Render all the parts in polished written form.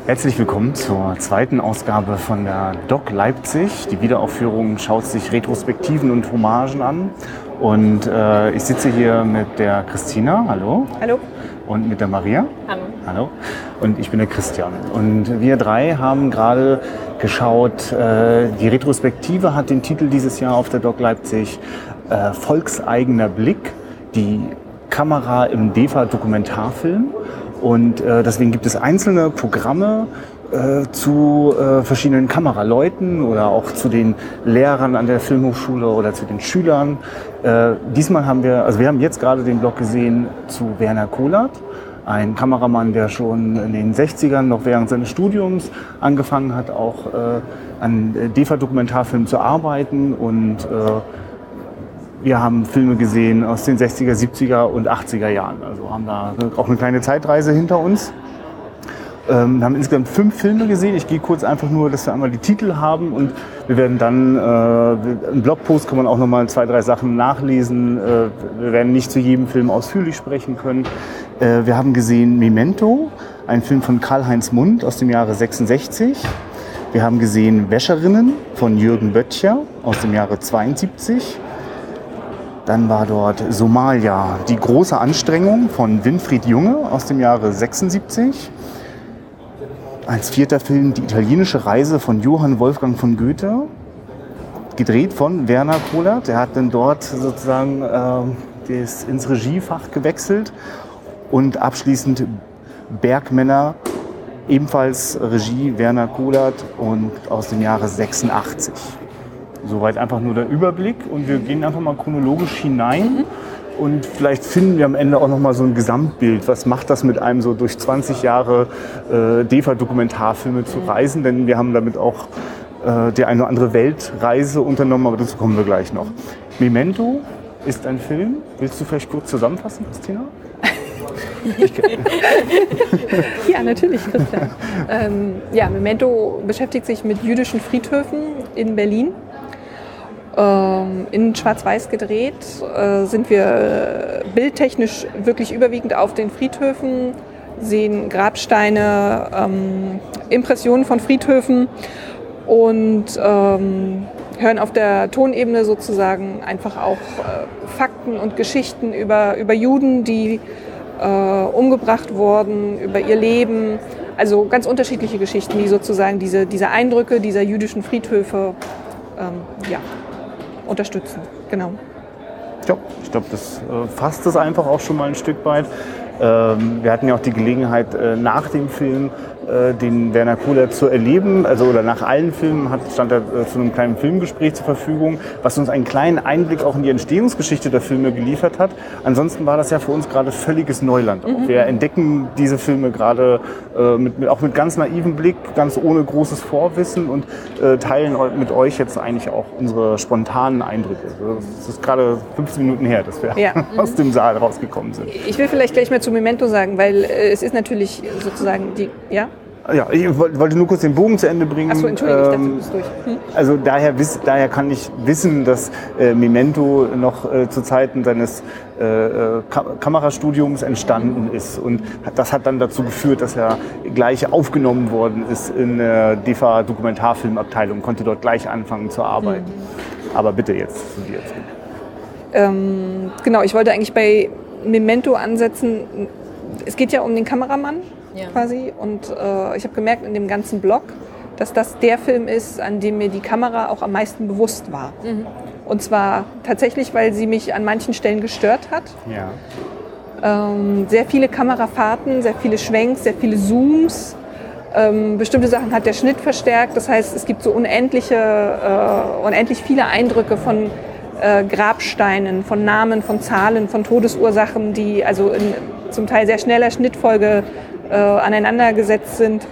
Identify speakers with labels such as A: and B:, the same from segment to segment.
A: Herzlich willkommen zur zweiten Ausgabe von der DOC Leipzig. Die Wiederaufführung schaut sich Retrospektiven und Hommagen an. Und ich sitze hier mit der Christina, hallo.
B: Hallo.
A: Und mit der Maria.
B: Hallo.
A: Hallo. Und ich bin der Christian. Und wir drei haben gerade geschaut, die Retrospektive hat den Titel dieses Jahr auf der DOC Leipzig Volkseigener Blick, die Kamera im DEFA-Dokumentarfilm. Und deswegen gibt es einzelne Programme zu verschiedenen Kameraleuten oder auch zu den Lehrern an der Filmhochschule oder zu den Schülern. Diesmal haben wir haben jetzt gerade den Blog gesehen zu Werner Kohlert, ein Kameramann, der schon in den 60ern noch während seines Studiums angefangen hat, auch an DEFA-Dokumentarfilmen zu arbeiten. Und wir haben Filme gesehen aus den 60er, 70er und 80er Jahren. Also haben da auch eine kleine Zeitreise hinter uns. Wir haben insgesamt 5 Filme gesehen. Ich gehe kurz einfach nur, dass wir einmal die Titel haben und wir werden dann, im Blogpost kann man auch nochmal 2, 3 Sachen nachlesen. Wir werden nicht zu jedem Film ausführlich sprechen können. Wir haben gesehen Memento, ein Film von Karl-Heinz Mund aus dem Jahre 66. Wir haben gesehen Wäscherinnen von Jürgen Böttcher aus dem Jahre 72. Dann war dort Somalia, die große Anstrengung von Winfried Junge aus dem Jahre 76. Als 4. Film die italienische Reise von Johann Wolfgang von Goethe, gedreht von Werner Kohlert. Er hat dann dort sozusagen ins Regiefach gewechselt. Und abschließend Bergmänner, ebenfalls Regie Werner Kohlert und aus dem Jahre 86. Soweit einfach nur der Überblick und wir gehen einfach mal chronologisch hinein und vielleicht finden wir am Ende auch noch mal so ein Gesamtbild. Was macht das mit einem so durch 20 Jahre DEFA-Dokumentarfilme zu reisen? Denn wir haben damit auch die eine oder andere Weltreise unternommen, aber dazu kommen wir gleich noch. Memento ist ein Film. Willst du vielleicht kurz zusammenfassen, Christina?
B: Ja, natürlich, Christian. Memento beschäftigt sich mit jüdischen Friedhöfen in Berlin. In Schwarz-Weiß gedreht, sind wir bildtechnisch wirklich überwiegend auf den Friedhöfen, sehen Grabsteine, Impressionen von Friedhöfen und hören auf der Tonebene sozusagen einfach auch Fakten und Geschichten über Juden, die umgebracht wurden, über ihr Leben. Also ganz unterschiedliche Geschichten, die sozusagen diese Eindrücke dieser jüdischen Friedhöfe unterstützen. Genau.
A: Ja, ich glaube, das fasst es einfach auch schon mal ein Stück weit. Wir hatten ja auch die Gelegenheit, nach dem Film den Werner Kohlert zu erleben. Oder nach allen Filmen stand er zu einem kleinen Filmgespräch zur Verfügung, was uns einen kleinen Einblick auch in die Entstehungsgeschichte der Filme geliefert hat. Ansonsten war das ja für uns gerade völliges Neuland. Wir entdecken diese Filme gerade auch mit ganz naivem Blick, ganz ohne großes Vorwissen und teilen mit euch jetzt eigentlich auch unsere spontanen Eindrücke. Es ist gerade 15 Minuten her, dass wir aus dem Saal rausgekommen sind.
B: Ich will vielleicht gleich mal zu Memento sagen, weil es ist natürlich sozusagen
A: Ja, ich wollte nur kurz den Bogen zu Ende bringen.
B: Achso, Entschuldigung, ich dachte, du bist durch.
A: Also daher kann ich wissen, dass Memento noch zu Zeiten seines Kamerastudiums entstanden ist. Und das hat dann dazu geführt, dass er gleich aufgenommen worden ist in der DEFA-Dokumentarfilmabteilung, konnte dort gleich anfangen zu arbeiten. Aber bitte jetzt zu dir.
B: Genau, ich wollte eigentlich bei Memento ansetzen. Es geht ja um den Kameramann. Quasi. Und ich habe gemerkt in dem ganzen Blog, dass das der Film ist, an dem mir die Kamera auch am meisten bewusst war. Und zwar tatsächlich, weil sie mich an manchen Stellen gestört hat. Ja. Sehr viele Kamerafahrten, sehr viele Schwenks, sehr viele Zooms. Bestimmte Sachen hat der Schnitt verstärkt. Das heißt, es gibt so unendlich viele Eindrücke von Grabsteinen, von Namen, von Zahlen, von Todesursachen, die also in zum Teil sehr schneller Schnittfolge aneinandergesetzt sind,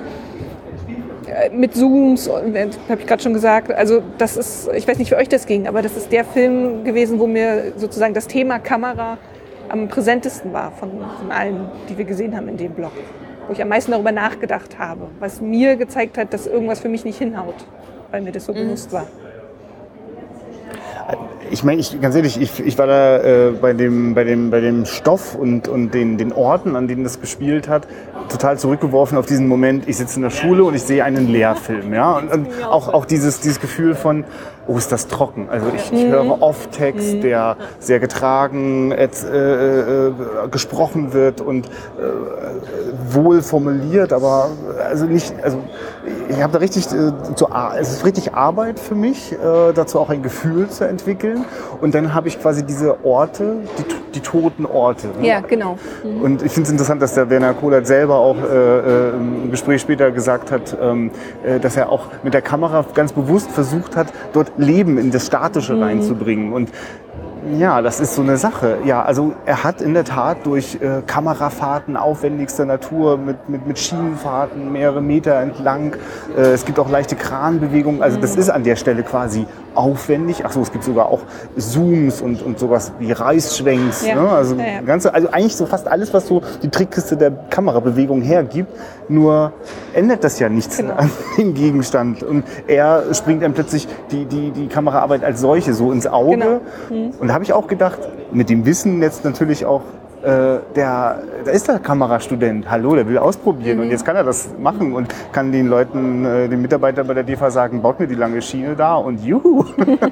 B: mit Zooms, habe ich gerade schon gesagt. Also das ist, ich weiß nicht, wie euch das ging, aber das ist der Film gewesen, wo mir sozusagen das Thema Kamera am präsentesten war von allen, die wir gesehen haben in dem Blog. Wo ich am meisten darüber nachgedacht habe, was mir gezeigt hat, dass irgendwas für mich nicht hinhaut, weil mir das so bewusst war.
A: Ich meine, ganz ehrlich, ich war da bei dem Stoff und den Orten, an denen das gespielt hat, total zurückgeworfen auf diesen Moment, ich sitze in der Schule und ich sehe einen Lehrfilm. Ja? Und auch dieses Gefühl von, oh, ist das trocken. Also ich höre oft Text, der sehr getragen gesprochen wird und wohl formuliert, aber ich habe da richtig, es ist richtig Arbeit für mich, dazu auch ein Gefühl zu entwickeln. Und dann habe ich quasi diese Orte, die toten Orte. Ne?
B: Ja, genau.
A: Und ich finde es interessant, dass der Werner Kohlert selber auch im Gespräch später gesagt hat, dass er auch mit der Kamera ganz bewusst versucht hat, dort Leben in das Statische reinzubringen. Und ja, das ist so eine Sache. Ja, also er hat in der Tat durch Kamerafahrten aufwendigster Natur mit Schienenfahrten mehrere Meter entlang. Es gibt auch leichte Kranbewegungen. Also das ist an der Stelle quasi aufwendig. Ach so, es gibt sogar auch Zooms und sowas wie Reißschwenks.
B: Ja.
A: Ne? Also
B: Ja.
A: also eigentlich so fast alles, was so die Trickkiste der Kamerabewegung hergibt. Nur ändert das ja nichts an dem Gegenstand. Und er springt dann plötzlich die Kameraarbeit als solche so ins Auge.
B: Genau.
A: Und da habe ich auch gedacht, mit dem Wissen jetzt natürlich auch, da ist der Kamerastudent, hallo, der will ausprobieren und jetzt kann er das machen und kann den Leuten, den Mitarbeitern bei der DEFA sagen, baut mir die lange Schiene da und juhu.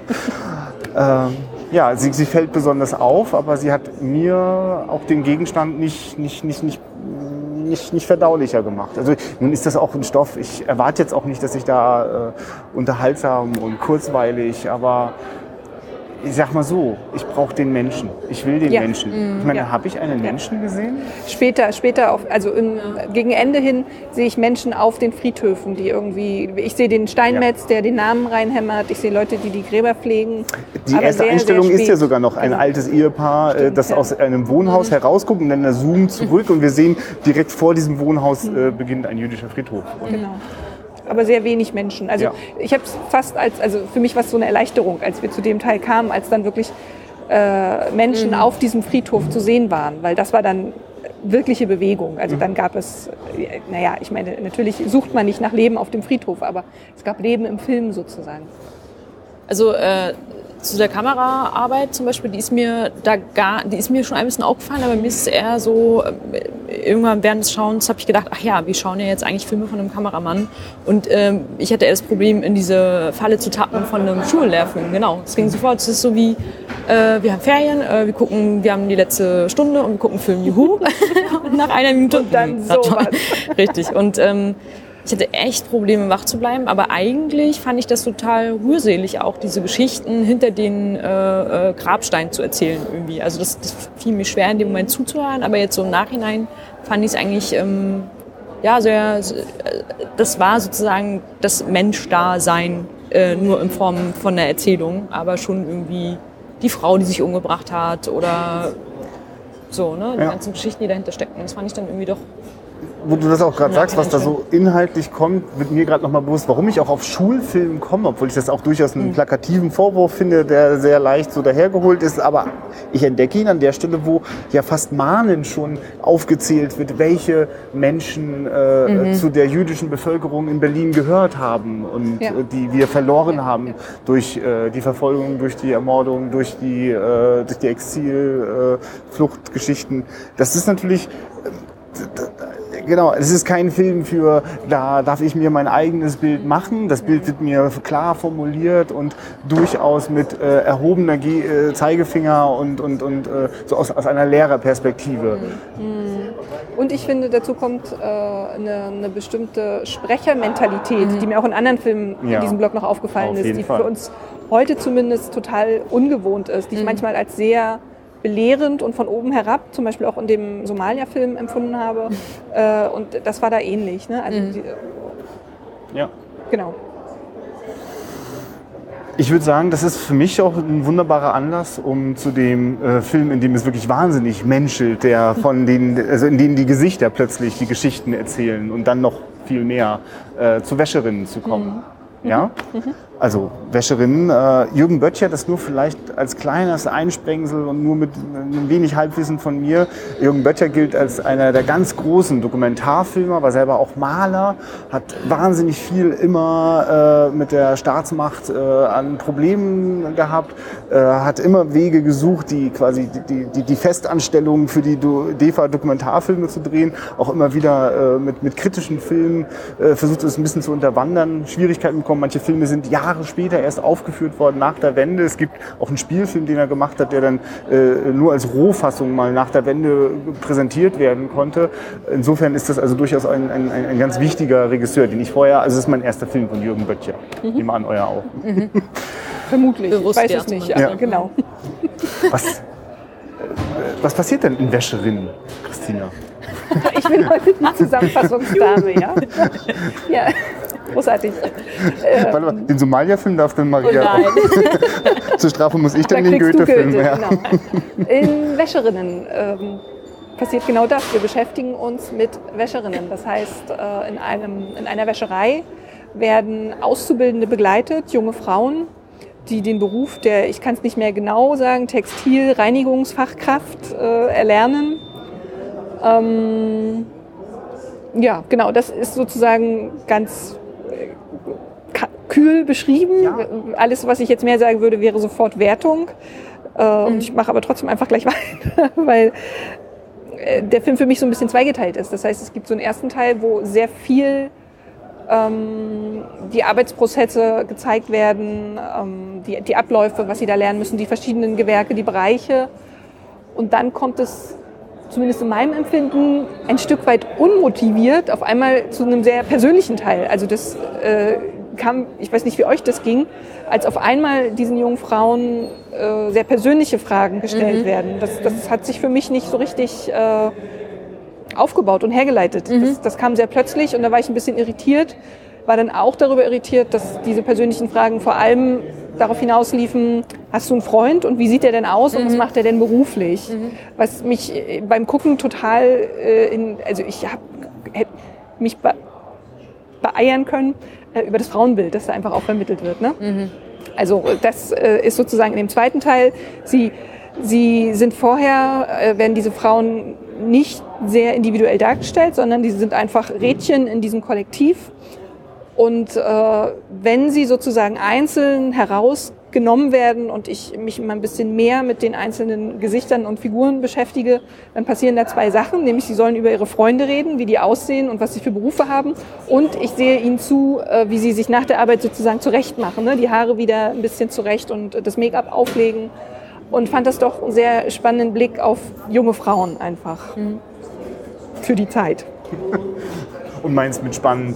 A: Ja, sie fällt besonders auf, aber sie hat mir auch den Gegenstand nicht verdaulicher gemacht. Also nun ist das auch ein Stoff, ich erwarte jetzt auch nicht, dass ich da unterhaltsam und kurzweilig, aber ich sag mal so, ich brauche den Menschen. Ich will den Menschen. Ich meine, habe ich einen Menschen gesehen?
B: Später gegen Ende hin sehe ich Menschen auf den Friedhöfen, die irgendwie, ich sehe den Steinmetz, der den Namen reinhämmert, ich sehe Leute, die die Gräber pflegen.
A: Die erste Einstellung ist ja sogar noch ein altes Ehepaar, das aus einem Wohnhaus herausguckt und dann zoomt zurück und wir sehen, direkt vor diesem Wohnhaus beginnt ein jüdischer Friedhof.
B: Genau. Aber sehr wenig Menschen. Also ich habe es fast für mich war es so eine Erleichterung, als wir zu dem Teil kamen, als dann wirklich Menschen auf diesem Friedhof zu sehen waren, weil das war dann wirkliche Bewegung. Also dann gab es, ich meine, natürlich sucht man nicht nach Leben auf dem Friedhof, aber es gab Leben im Film sozusagen.
C: Also zu der Kameraarbeit zum Beispiel, die ist mir schon ein bisschen aufgefallen, aber mir ist es eher so, irgendwann während des Schauens habe ich gedacht, ach ja, wir schauen ja jetzt eigentlich Filme von einem Kameramann und ich hatte eher das Problem, in diese Falle zu tappen von einem Schullehrfilm, genau. Es ging sofort, es ist so wie, wir haben Ferien, wir haben die letzte Stunde und wir gucken einen Film, juhu, und nach einer Minute
B: und dann sowas.
C: Richtig, und ich hatte echt Probleme, wach zu bleiben, aber eigentlich fand ich das total rührselig, auch diese Geschichten hinter den Grabsteinen zu erzählen irgendwie. Also das fiel mir schwer, in dem Moment zuzuhören, aber jetzt so im Nachhinein fand ich es eigentlich, das war sozusagen das Mensch-Dasein, nur in Form von einer Erzählung, aber schon irgendwie die Frau, die sich umgebracht hat oder so, ne, die ganzen Geschichten, die dahinter stecken. Das fand ich dann irgendwie doch...
A: Wo du das auch gerade sagst, was da so inhaltlich kommt, wird mir gerade nochmal bewusst, warum ich auch auf Schulfilmen komme, obwohl ich das auch durchaus einen plakativen Vorwurf finde, der sehr leicht so dahergeholt ist, aber ich entdecke ihn an der Stelle, wo ja fast mahnend schon aufgezählt wird, welche Menschen zu der jüdischen Bevölkerung in Berlin gehört haben und die wir verloren haben durch die Verfolgung, durch die Ermordung, durch die Exilfluchtgeschichten. Das ist natürlich... Genau, es ist kein Film da darf ich mir mein eigenes Bild machen. Das Bild wird mir klar formuliert und durchaus mit erhobener Zeigefinger und so aus einer Lehrerperspektive.
B: Und ich finde, dazu kommt eine bestimmte Sprechermentalität, die mir auch in anderen Filmen in diesem Blog noch aufgefallen ist, die für uns heute zumindest total ungewohnt ist, die ich manchmal als sehr belehrend und von oben herab, zum Beispiel auch in dem Somalia-Film empfunden habe. Und das war da ähnlich. Ne? Also Genau.
A: Ich würde sagen, das ist für mich auch ein wunderbarer Anlass, um zu dem Film, in dem es wirklich wahnsinnig menschelt, in denen die Gesichter plötzlich die Geschichten erzählen und dann noch viel mehr zu Wäscherinnen zu kommen. Ja? Also Wäscherinnen. Jürgen Böttcher, das nur vielleicht als kleines Einsprengsel und nur mit ein wenig Halbwissen von mir. Jürgen Böttcher gilt als einer der ganz großen Dokumentarfilmer, war selber auch Maler, hat wahnsinnig viel immer mit der Staatsmacht an Problemen gehabt, hat immer Wege gesucht, die quasi die Festanstellungen für die DEFA-Dokumentarfilme zu drehen, auch immer wieder mit kritischen Filmen versucht es ein bisschen zu unterwandern, Schwierigkeiten bekommen. Manche Filme sind Jahre später erst aufgeführt worden, nach der Wende. Es gibt auch einen Spielfilm, den er gemacht hat, der dann nur als Rohfassung mal nach der Wende präsentiert werden konnte. Insofern ist das also durchaus ein ganz wichtiger Regisseur, den ich vorher, also das ist mein erster Film von Jürgen Böttcher. Ich nehme an, euer auch.
B: Vermutlich,
C: bewusst,
B: ich weiß es nicht, aber genau.
A: Was passiert denn in Wäscherinnen, Christina?
B: Ich bin heute die Zusammenfassungsdame, ja? Ja, großartig.
A: Warte mal, den Somalia-Film darf dann Maria auch. Zur Strafe muss ich dann den Goethe-Film.
B: Goethe, ja. Genau. In Wäscherinnen passiert genau das. Wir beschäftigen uns mit Wäscherinnen. Das heißt, in einer Wäscherei werden Auszubildende begleitet, junge Frauen, die den Beruf der, ich kann es nicht mehr genau sagen, Textilreinigungsfachkraft erlernen. Ja, genau, das ist sozusagen ganz kühl beschrieben. Ja. Alles, was ich jetzt mehr sagen würde, wäre sofort Wertung. Und ich mache aber trotzdem einfach gleich weiter, weil der Film für mich so ein bisschen zweigeteilt ist. Das heißt, es gibt so einen ersten Teil, wo sehr viel die Arbeitsprozesse gezeigt werden, die Abläufe, was sie da lernen müssen, die verschiedenen Gewerke, die Bereiche. Und dann kommt es, zumindest in meinem Empfinden, ein Stück weit unmotiviert auf einmal zu einem sehr persönlichen Teil. Also das kam, ich weiß nicht, wie euch das ging, als auf einmal diesen jungen Frauen sehr persönliche Fragen gestellt werden. Das hat sich für mich nicht so richtig aufgebaut und hergeleitet. Das kam sehr plötzlich und da war ich ein bisschen irritiert, war dann auch darüber irritiert, dass diese persönlichen Fragen vor allem darauf hinausliefen, hast du einen Freund und wie sieht der denn aus und was macht er denn beruflich? Was mich beim Gucken total, also ich habe mich beeiern können über das Frauenbild, das da einfach auch vermittelt wird. Ne? Also das ist sozusagen in dem zweiten Teil, sie sind vorher, werden diese Frauen nicht sehr individuell dargestellt, sondern die sind einfach Rädchen in diesem Kollektiv. Und wenn sie sozusagen einzeln herausgenommen werden und ich mich immer ein bisschen mehr mit den einzelnen Gesichtern und Figuren beschäftige, dann passieren da zwei Sachen, nämlich sie sollen über ihre Freunde reden, wie die aussehen und was sie für Berufe haben. Und ich sehe ihnen zu, wie sie sich nach der Arbeit sozusagen zurecht machen, ne? Die Haare wieder ein bisschen zurecht und das Make-up auflegen. Und fand das doch einen sehr spannenden Blick auf junge Frauen einfach für die Zeit.
A: Und meinst mit spannend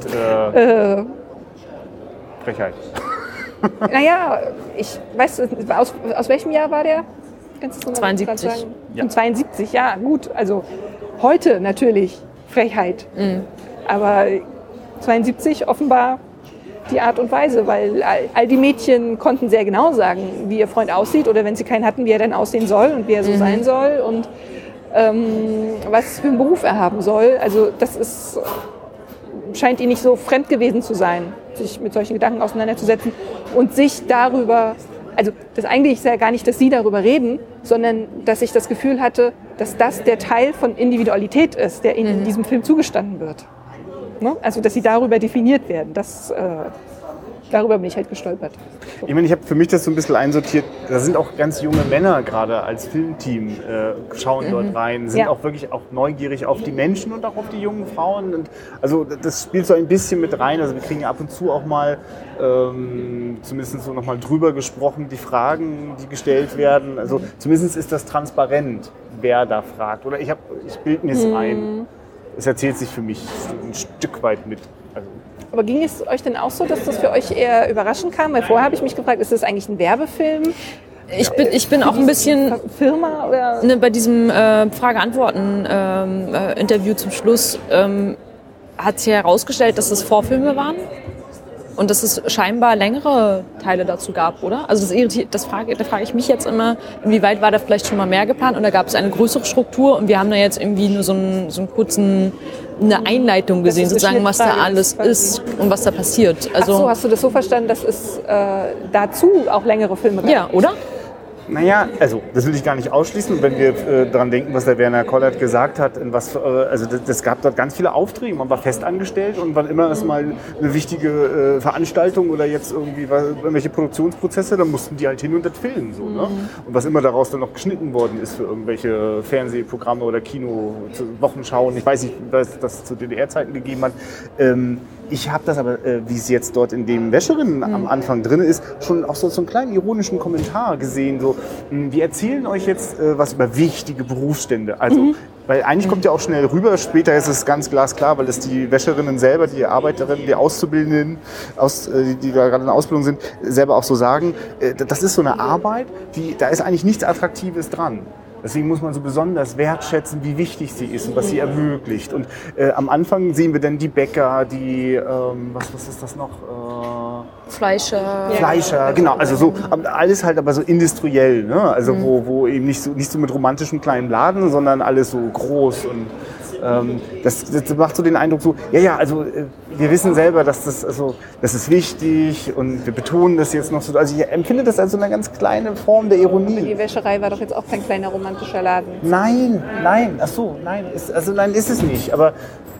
A: Frechheit?
B: Naja, ich weiß, aus welchem Jahr war der? Kannst du
C: 72.
B: Ja. 72, ja gut. Also heute natürlich Frechheit. Aber 72 offenbar die Art und Weise, weil all die Mädchen konnten sehr genau sagen, wie ihr Freund aussieht oder wenn sie keinen hatten, wie er denn aussehen soll und wie er so sein soll und was für einen Beruf er haben soll. Also das scheint ihnen nicht so fremd gewesen zu sein, sich mit solchen Gedanken auseinanderzusetzen und sich darüber, also das eigentlich ist ja gar nicht, dass sie darüber reden, sondern dass ich das Gefühl hatte, dass das der Teil von Individualität ist, der ihnen in diesem Film zugestanden wird. Ne? Also, dass sie darüber definiert werden. Darüber bin ich halt gestolpert.
A: Ich meine, ich habe für mich das so ein bisschen einsortiert. Da sind auch ganz junge Männer gerade als Filmteam, schauen dort rein, sind auch wirklich auch neugierig auf die Menschen und auch auf die jungen Frauen. Und also das spielt so ein bisschen mit rein. Also wir kriegen ja ab und zu auch mal, zumindest so nochmal drüber gesprochen, die Fragen, die gestellt werden. Also zumindest ist das transparent, wer da fragt. Oder ich bilde mir es ein. Es erzählt sich für mich ein Stück weit mit. Also
B: aber ging es euch denn auch so, dass das für euch eher überraschend kam? Weil vorher habe ich mich gefragt, ist das eigentlich ein Werbefilm?
C: Ich bin auch ein bisschen
B: Firma oder?
C: Ne, bei diesem Frage-Antworten-Interview zum Schluss hat sich herausgestellt, dass das Vorfilme waren. Und dass es scheinbar längere Teile dazu gab, oder? Also da frage ich mich jetzt immer, inwieweit war da vielleicht schon mal mehr geplant oder gab es eine größere Struktur und wir haben da jetzt irgendwie nur so einen kurzen, eine Einleitung gesehen, sozusagen, was da alles ist und was da passiert. Also,
B: ach so, hast du das so verstanden, dass es dazu auch längere Filme gab?
C: Ja, oder?
A: Naja, also das will ich gar nicht ausschließen, wenn wir daran denken, was der Werner Kollert gesagt hat. Das gab dort ganz viele Aufträge, man war fest angestellt und wann immer es mal eine wichtige Veranstaltung oder jetzt irgendwie irgendwelche Produktionsprozesse, dann mussten die halt hin und das filmen. So, ne? Und was immer daraus dann noch geschnitten worden ist für irgendwelche Fernsehprogramme oder Wochenschau, ich weiß nicht, was das zu DDR-Zeiten gegeben hat. Ich habe das aber, wie es jetzt dort in dem Wäscherinnen am Anfang drin ist, schon auch so einen kleinen ironischen Kommentar gesehen. So, wir erzählen euch jetzt was über wichtige Berufsstände. Also, weil eigentlich kommt ja auch schnell rüber, später ist es ganz glasklar, weil es die Wäscherinnen selber, die Arbeiterinnen, die Auszubildenden, die da gerade in der Ausbildung sind, selber auch so sagen, das ist so eine Arbeit, da ist eigentlich nichts Attraktives dran. Deswegen muss man so besonders wertschätzen, wie wichtig sie ist und was sie ermöglicht. Und am Anfang sehen wir dann die Bäcker, die, was ist das noch?
C: Fleischer.
A: Fleischer, genau. Also so alles halt aber so industriell, ne? Also wo eben nicht so mit romantischem kleinen Laden, sondern alles so groß und das macht so den Eindruck so, also wir wissen selber, dass das ist wichtig und wir betonen das jetzt noch so. Also ich empfinde das als so eine ganz kleine Form der Ironie.
B: Aber die Wäscherei war doch jetzt auch kein kleiner romantischer Laden.
A: Nein, ist es nicht. Aber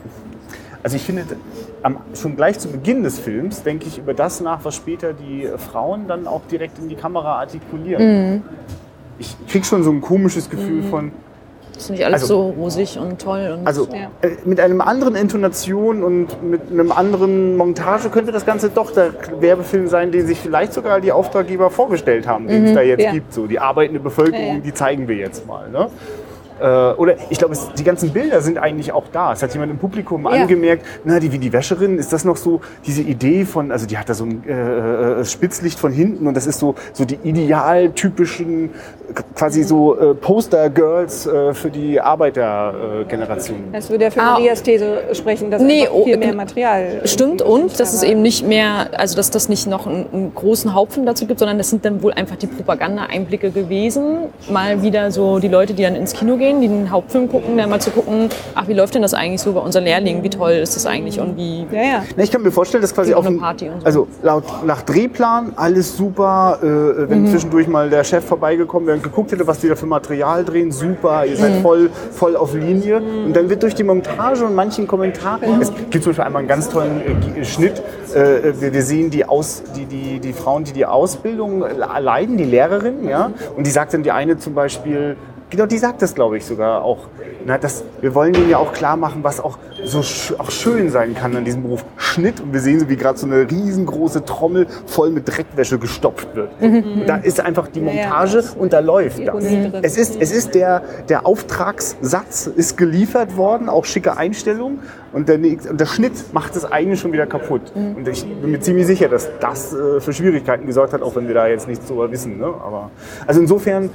A: also ich finde, schon gleich zu Beginn des Films denke ich über das nach, was später die Frauen dann auch direkt in die Kamera artikulieren. Ich kriege schon so ein komisches Gefühl von,
C: das ist nicht alles so rosig und toll. Und
A: mit einer anderen Intonation und mit einem anderen Montage könnte das Ganze doch der Werbefilm sein, den sich vielleicht sogar die Auftraggeber vorgestellt haben, den es da jetzt gibt. So, die arbeitende Bevölkerung, die zeigen wir jetzt mal. Ne? Oder ich glaube, die ganzen Bilder sind eigentlich auch da. Es hat jemand im Publikum angemerkt, wie die Wäscherin, ist das noch so diese Idee von, also die hat da so ein Spitzlicht von hinten und das ist so die idealtypischen, quasi so Poster-Girls für die Arbeitergeneration.
B: Das würde ja für Marias These sprechen, dass viel mehr Material...
C: Stimmt, und dass es eben nicht mehr, also dass das nicht noch einen großen Hauptfilm dazu gibt, sondern das sind dann wohl einfach die Propaganda-Einblicke gewesen. Mal wieder so die Leute, die dann ins Kino gehen, die den Hauptfilm gucken, dann mal zu gucken, wie läuft denn das eigentlich so bei unseren Lehrlingen, wie toll ist das eigentlich und wie...
A: Na, ich kann mir vorstellen, dass quasi auch eine Party und so. Also nach Drehplan alles super, wenn zwischendurch mal der Chef vorbeigekommen wäre und geguckt hätte, was die da für Material drehen, super, ihr seid voll auf Linie. Und dann wird durch die Montage und manchen Kommentaren, es gibt zum Beispiel einmal einen ganz tollen Schnitt, wir sehen die Frauen, die Ausbildung leiden, die Lehrerinnen, und die sagt dann die eine zum Beispiel, genau, die sagt das, glaube ich, sogar auch. Wir wollen denen ja auch klar machen, was auch so auch schön sein kann an diesem Beruf. Schnitt, und wir sehen so, wie gerade so eine riesengroße Trommel voll mit Dreckwäsche gestopft wird. Und da ist einfach die Montage und da läuft das. Es ist der Auftragssatz ist geliefert worden, auch schicke Einstellung. Und der Schnitt macht das eigentlich schon wieder kaputt. Und ich bin mir ziemlich sicher, dass das für Schwierigkeiten gesorgt hat, auch wenn wir da jetzt nichts drüber wissen. Ne? Aber, also insofern...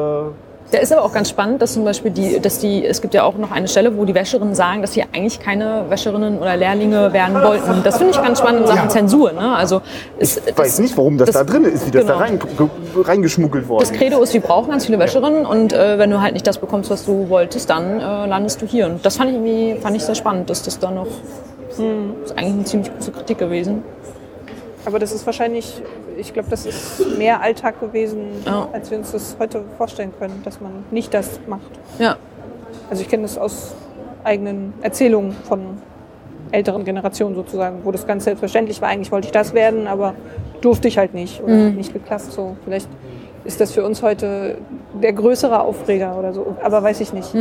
C: Da ist aber auch ganz spannend, dass zum Beispiel es gibt ja auch noch eine Stelle, wo die Wäscherinnen sagen, dass sie eigentlich keine Wäscherinnen oder Lehrlinge werden wollten. Das finde ich ganz spannend in Sachen Zensur. Ne? Also
A: ich weiß nicht, warum das da drin ist, wie das da reingeschmuggelt worden ist.
C: Das Credo ist, wir brauchen ganz viele Wäscherinnen und wenn du halt nicht das bekommst, was du wolltest, dann landest du hier. Und das fand ich sehr spannend, dass das da noch... Das ist eigentlich eine ziemlich große Kritik gewesen.
B: Aber das ist wahrscheinlich, ich glaube, das ist mehr Alltag gewesen, als wir uns das heute vorstellen können, dass man nicht das macht.
C: Ja.
B: Also ich kenne das aus eigenen Erzählungen von älteren Generationen sozusagen, wo das ganz selbstverständlich war. Eigentlich wollte ich das werden, aber durfte ich halt nicht oder nicht geklappt. So. Vielleicht ist das für uns heute der größere Aufreger oder so, aber weiß ich nicht.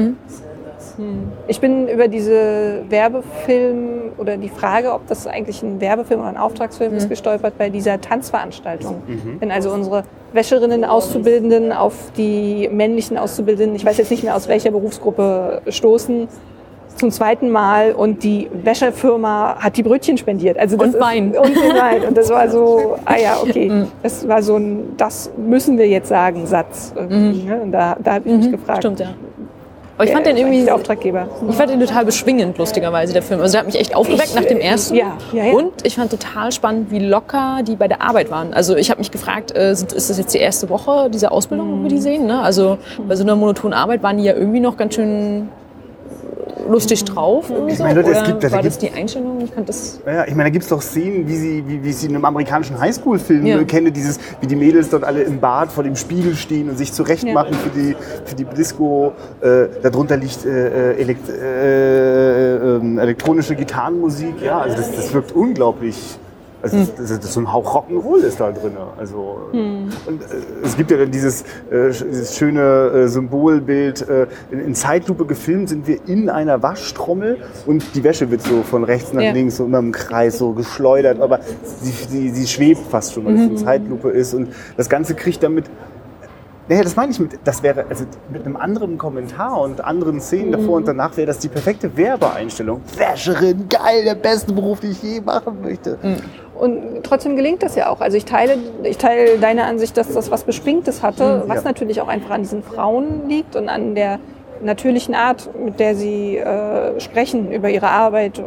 B: Ich bin über diese Werbefilm oder die Frage, ob das eigentlich ein Werbefilm oder ein Auftragsfilm ist, gestolpert bei dieser Tanzveranstaltung. Wenn also unsere Wäscherinnen, Auszubildenden auf die männlichen Auszubildenden, ich weiß jetzt nicht mehr aus welcher Berufsgruppe, stoßen zum zweiten Mal und die Wäscherfirma hat die Brötchen spendiert. Also das
C: Wein.
B: Und Wein. Und das war so, okay, das war so ein, das müssen wir jetzt sagen, Satz. Ne? Und da habe ich mich gefragt.
C: Stimmt, ja. Aber ich fand den irgendwie,
B: der Auftraggeber.
C: Ich fand den total beschwingend, lustigerweise, der Film. Also der hat mich echt aufgeweckt nach dem ersten.
B: Ja.
C: Und ich fand total spannend, wie locker die bei der Arbeit waren. Also ich habe mich gefragt, ist das jetzt die erste Woche dieser Ausbildung, wo wir die sehen? Ne? Also bei so einer monotonen Arbeit waren die ja irgendwie noch ganz schön lustig drauf.
A: Ich meine, Leute,
C: war das die Einstellung? Ich fand das.
A: Ja, ich meine, da gibt es doch Szenen, wie sie in einem amerikanischen Highschool-Film kennen, wie die Mädels dort alle im Bad vor dem Spiegel stehen und sich zurechtmachen für die Disco. Darunter liegt elektronische Gitarrenmusik. Ja, also das wirkt unglaublich. Also das so ein Hauch Rock'n'Roll ist da drin. Also, und es gibt ja dann dieses schöne Symbolbild. In Zeitlupe gefilmt sind wir in einer Waschtrommel und die Wäsche wird so von rechts nach links so immer im Kreis so geschleudert. Aber sie schwebt fast schon, weil es in Zeitlupe ist. Und das Ganze kriegt damit. Naja, das meine ich das wäre, also mit einem anderen Kommentar und anderen Szenen davor und danach wäre das die perfekte Werbeeinstellung. Wäscherin, geil, der beste Beruf, den ich je machen möchte.
B: Und trotzdem gelingt das ja auch. Also ich teile deine Ansicht, dass das was Beschwingtes hatte, was natürlich auch einfach an diesen Frauen liegt und an der natürlichen Art, mit der sie sprechen über ihre Arbeit.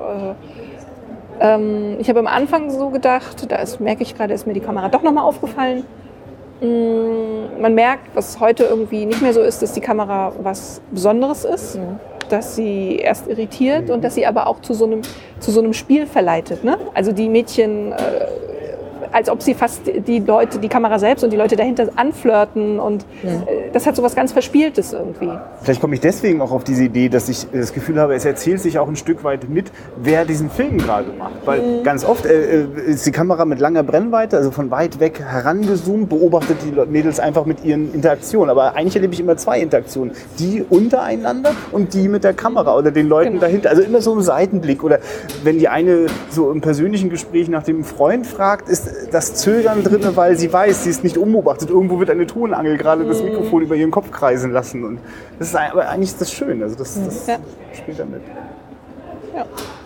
B: Ich habe am Anfang so gedacht, merke ich gerade, ist mir die Kamera doch nochmal aufgefallen. Man merkt, was heute irgendwie nicht mehr so ist, dass die Kamera was Besonderes ist, dass sie erst irritiert und dass sie aber auch zu so einem Spiel verleitet. Ne? Also die Mädchen, als ob sie fast die Kamera selbst und die Leute dahinter anflirten und das hat so was ganz Verspieltes irgendwie.
A: Vielleicht komme ich deswegen auch auf diese Idee, dass ich das Gefühl habe, es erzählt sich auch ein Stück weit mit, wer diesen Film gerade macht. Weil ganz oft ist die Kamera mit langer Brennweite, also von weit weg herangezoomt, beobachtet die Mädels einfach mit ihren Interaktionen. Aber eigentlich erlebe ich immer zwei Interaktionen. Die untereinander und die mit der Kamera oder den Leuten dahinter. Also immer so im Seitenblick. Oder wenn die eine so im persönlichen Gespräch nach dem Freund fragt, ist das Zögern drin, weil sie weiß, sie ist nicht unbeobachtet. Irgendwo wird eine Tonangel gerade das Mikrofon über ihren Kopf kreisen lassen. Und das ist aber eigentlich ist das schön. Also das spielt damit.
B: Ja.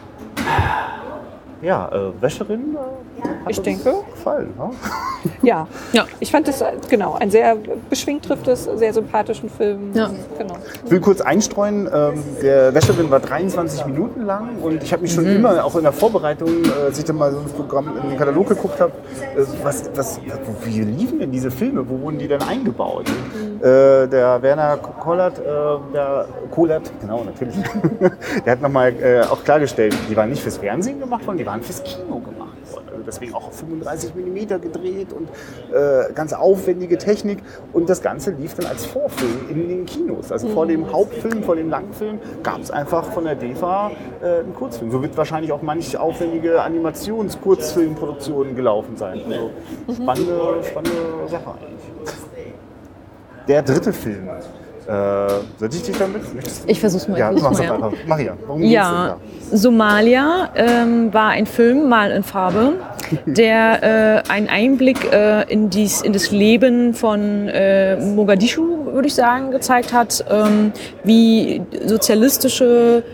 A: Ja, Wäscherin hat uns gefallen.
B: Ja, ich fand das ein sehr beschwingt trifft es, sehr sympathischen Film.
C: Ja.
B: Genau.
A: Ich will kurz einstreuen, der Wäscherin war 23 Minuten lang und ich habe mich schon immer, auch in der Vorbereitung, als ich dann mal so ins Programm, in den Katalog geguckt habe, wie liefen denn diese Filme, wo wurden die denn eingebaut? Der Werner Kollert, genau, natürlich, der hat nochmal auch klargestellt, die waren nicht fürs Fernsehen gemacht worden, die waren fürs Kino gemacht worden. Also deswegen auch auf 35 mm gedreht und ganz aufwendige Technik. Und das Ganze lief dann als Vorfilm in den Kinos. Also vor dem Hauptfilm, vor dem Langfilm, gab es einfach von der DEFA einen Kurzfilm. So wird wahrscheinlich auch manche aufwendige Animations-Kurzfilmproduktionen gelaufen sein. Also spannende Sache eigentlich. Der dritte Film. Sollte ich dich damit?
C: Ich versuch's mal.
A: Ja, Maria, worum geht's denn da?
C: Somalia war ein Film, mal in Farbe, der einen Einblick in das Leben von Mogadischu, würde ich sagen, gezeigt hat, wie sozialistische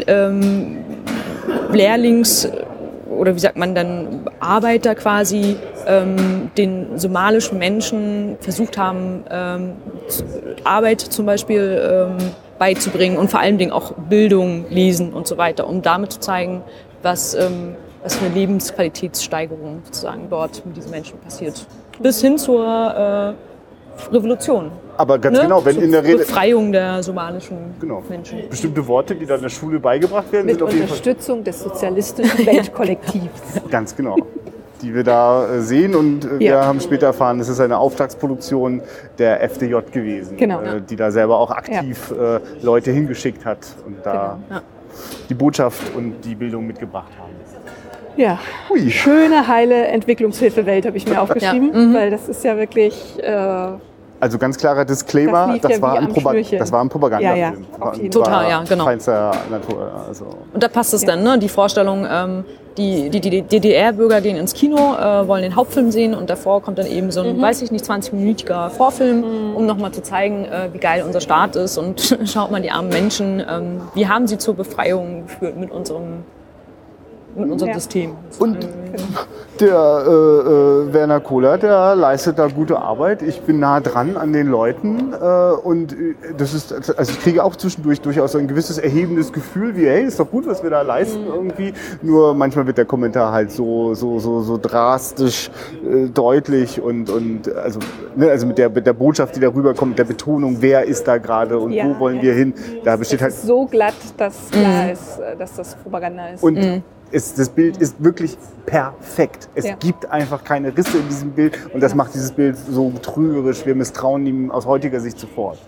C: oder wie sagt man dann, Arbeiter quasi den somalischen Menschen versucht haben, Arbeit zum Beispiel beizubringen und vor allen Dingen auch Bildung, Lesen und so weiter, um damit zu zeigen, was für eine Lebensqualitätssteigerung sozusagen dort mit diesen Menschen passiert. Bis hin zur Revolution.
A: Aber ganz genau, wenn in der Rede...
C: Befreiung der somalischen Menschen.
A: Bestimmte Worte, die dann in der Schule beigebracht werden,
B: mit
A: sind auf jeden
B: Unterstützung des sozialistischen Weltkollektivs.
A: Ganz genau. Die wir da sehen und wir haben später erfahren, es ist eine Auftragsproduktion der FDJ gewesen, die da selber auch aktiv Leute hingeschickt hat und da die Botschaft und die Bildung mitgebracht haben.
B: Ja, schöne, heile Entwicklungshilfe-Welt habe ich mir aufgeschrieben, weil das ist ja wirklich...
A: Also ganz klarer Disclaimer, das war ein Propagandafilm.
B: Ja,
C: total, genau.
A: Feinster Natur. Also.
C: Und da passt es dann, ne? Die Vorstellung, die DDR-Bürger gehen ins Kino, wollen den Hauptfilm sehen und davor kommt dann eben so ein, 20-minütiger Vorfilm, um nochmal zu zeigen, wie geil unser Staat ist und schaut mal die armen Menschen, wie haben sie zur Befreiung geführt mit unserem mit unserem System.
A: Und der Werner Kohler, der leistet da gute Arbeit. Ich bin nah dran an den Leuten und das ist, also ich kriege auch zwischendurch durchaus so ein gewisses erhebendes Gefühl, wie hey, ist doch gut, was wir da leisten irgendwie. Nur manchmal wird der Kommentar halt so drastisch deutlich und also, ne, also mit der Botschaft, die darüber kommt, der Betonung, wer ist da gerade und wo wollen wir hin. Da besteht halt
B: so glatt, dass klar ist, dass das Propaganda ist.
A: Und das Bild ist wirklich perfekt. Es gibt einfach keine Risse in diesem Bild und das macht dieses Bild so trügerisch. Wir misstrauen ihm aus heutiger Sicht sofort.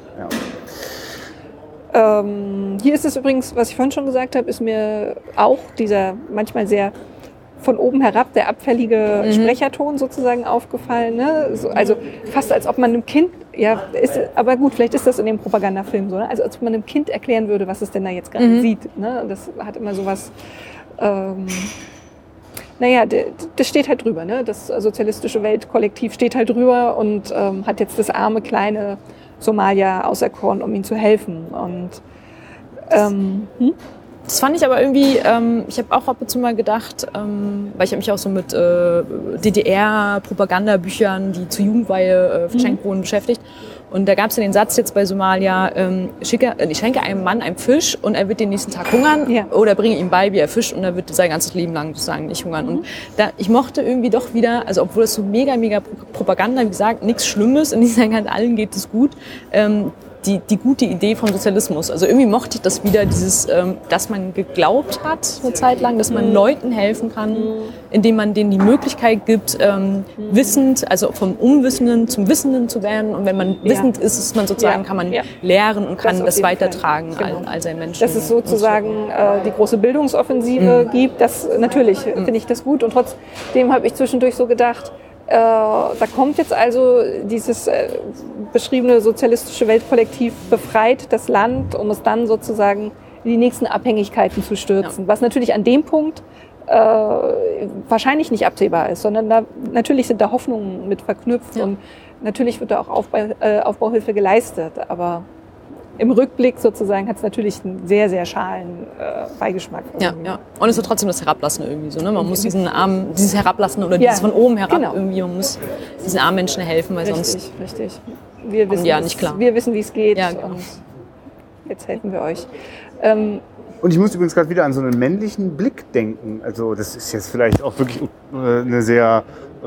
A: Ja.
B: Hier ist es übrigens, was ich vorhin schon gesagt habe, ist mir auch dieser manchmal sehr von oben herab, der abfällige Sprecherton sozusagen aufgefallen. Ne? So, also fast als ob man einem Kind, aber gut, vielleicht ist das in dem Propagandafilm so, ne? Also als ob man einem Kind erklären würde, was es denn da jetzt gerade sieht. Ne? Das hat immer sowas, das steht halt drüber. Ne? Das sozialistische Weltkollektiv steht halt drüber und hat jetzt das arme, kleine Somalia auserkoren, um ihnen zu helfen. Und
C: das fand ich aber irgendwie, ich habe auch ab und zu mal gedacht, weil ich habe mich auch so mit DDR-Propagandabüchern, die zur Jugendweihe verschenkt wurden, beschäftigt. Und da gab es ja den Satz jetzt bei Somalia, ich schenke einem Mann einen Fisch und er wird den nächsten Tag hungern oder bringe ihm bei, wie er fischt und er wird sein ganzes Leben lang sozusagen nicht hungern. Und ich mochte irgendwie doch wieder, also obwohl das so mega Propaganda, wie gesagt, nichts Schlimmes, in dieser Hand allen geht es gut, die gute Idee vom Sozialismus. Also irgendwie mochte ich das wieder, dieses, dass man geglaubt hat eine Zeit lang, dass man Leuten helfen kann, indem man denen die Möglichkeit gibt, wissend, also vom Unwissenden zum Wissenden zu werden. Und wenn man wissend ist man sozusagen, kann man lehren und kann das weitertragen all seinen Menschen.
B: Dass es sozusagen die große Bildungsoffensive gibt, das natürlich finde ich das gut. Und trotzdem habe ich zwischendurch so gedacht, da kommt jetzt also dieses beschriebene sozialistische Weltkollektiv, befreit das Land, um es dann sozusagen in die nächsten Abhängigkeiten zu stürzen. Was natürlich an dem Punkt wahrscheinlich nicht absehbar ist, sondern natürlich sind da Hoffnungen mit verknüpft und natürlich wird da auch Aufbauhilfe geleistet. Aber im Rückblick sozusagen hat es natürlich einen sehr, sehr schalen Beigeschmack.
C: Ja. Und es ist trotzdem das Herablassen irgendwie so. Ne? Man muss dieses Herablassen oder dieses von oben herab irgendwie, man muss diesen armen Menschen helfen, weil sonst
B: Richtig. Wir wissen,
C: nicht klar.
B: Wir wissen, wie es geht
C: und
B: jetzt helfen wir euch.
A: Und ich muss übrigens gerade wieder an so einen männlichen Blick denken. Also das ist jetzt vielleicht auch wirklich eine sehr,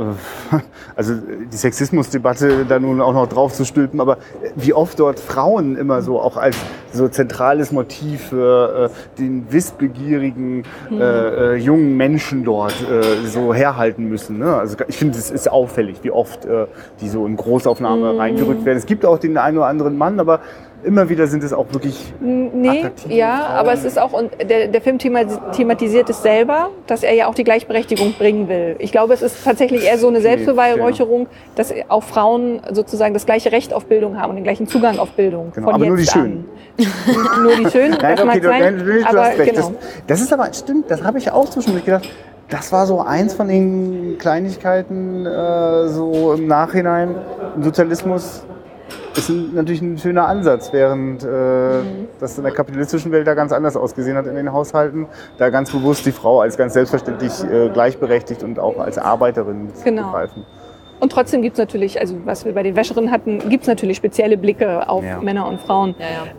A: also die Sexismusdebatte da nun auch noch drauf zu stülpen, aber wie oft dort Frauen immer so auch als so zentrales Motiv für den wissbegierigen jungen Menschen dort so herhalten müssen. Ne? Also ich finde, es ist auffällig, wie oft die so in Großaufnahme reingerückt werden. Es gibt auch den einen oder anderen Mann, aber immer wieder sind es auch wirklich attraktive Frauen.
B: Aber es ist auch, und der Film thematisiert es selber, dass er ja auch die Gleichberechtigung bringen will. Ich glaube, es ist tatsächlich eher so eine Selbstbeweihräucherung, dass auch Frauen sozusagen das gleiche Recht auf Bildung haben und den gleichen Zugang auf Bildung.
A: Genau, aber nur die Schönen.
B: Nur die Schönen,
A: Nein,
B: das mag sein.
A: Du hast recht. Genau. Das ist aber, stimmt, das habe ich auch zwischendurch gedacht. Das war so eins von den Kleinigkeiten so im Nachhinein im Sozialismus. Ist natürlich ein schöner Ansatz, während das in der kapitalistischen Welt da ganz anders ausgesehen hat in den Haushalten. Da ganz bewusst die Frau als ganz selbstverständlich gleichberechtigt und auch als Arbeiterin zu begreifen.
B: Und trotzdem gibt es natürlich, also was wir bei den Wäscherinnen hatten, gibt es natürlich spezielle Blicke auf Männer und Frauen.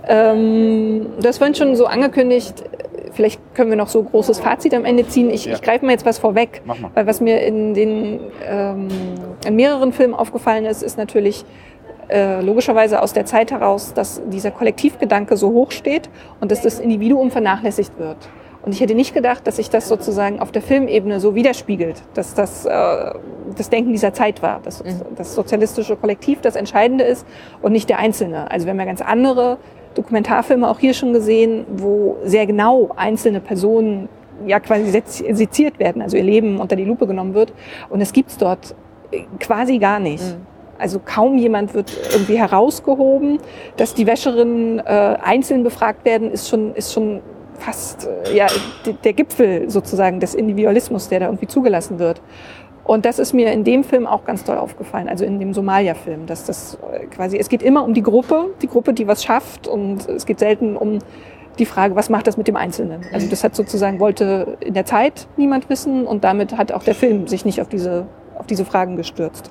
B: Das war schon so angekündigt. Vielleicht können wir noch so ein großes Fazit am Ende ziehen. Ich greife mal jetzt was vorweg, weil was mir in mehreren Filmen aufgefallen ist natürlich logischerweise aus der Zeit heraus, dass dieser Kollektivgedanke so hoch steht und dass das Individuum vernachlässigt wird. Und ich hätte nicht gedacht, dass sich das sozusagen auf der Filmebene so widerspiegelt, dass das das Denken dieser Zeit war, dass das sozialistische Kollektiv das Entscheidende ist und nicht der Einzelne. Also wir haben ja ganz andere Dokumentarfilme auch hier schon gesehen, wo sehr genau einzelne Personen ja quasi seziert werden, also ihr Leben unter die Lupe genommen wird. Und es gibt's dort quasi gar nicht. Also kaum jemand wird irgendwie herausgehoben. Dass die Wäscherinnen einzeln befragt werden, ist schon fast der Gipfel sozusagen des Individualismus, der da irgendwie zugelassen wird. Und das ist mir in dem Film auch ganz toll aufgefallen, also in dem Somalia-Film, dass das quasi, es geht immer um die Gruppe, die was schafft, und es geht selten um die Frage, was macht das mit dem Einzelnen? Also das hat sozusagen, wollte in der Zeit niemand wissen und damit hat auch der Film sich nicht auf diese Fragen gestürzt.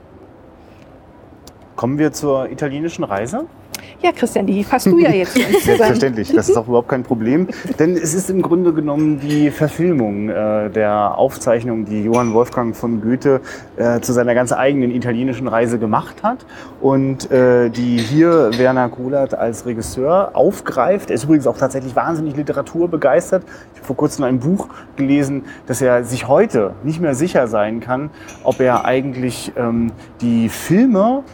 A: Kommen wir zur italienischen Reise?
B: Ja, Christian, die fasst du ja jetzt.
A: Selbstverständlich, das ist auch überhaupt kein Problem. Denn es ist im Grunde genommen die Verfilmung der Aufzeichnung, die Johann Wolfgang von Goethe zu seiner ganz eigenen italienischen Reise gemacht hat und die hier Werner Kuhlert als Regisseur aufgreift. Er ist übrigens auch tatsächlich wahnsinnig literaturbegeistert. Ich habe vor kurzem ein Buch gelesen, dass er sich heute nicht mehr sicher sein kann, ob er eigentlich die Filme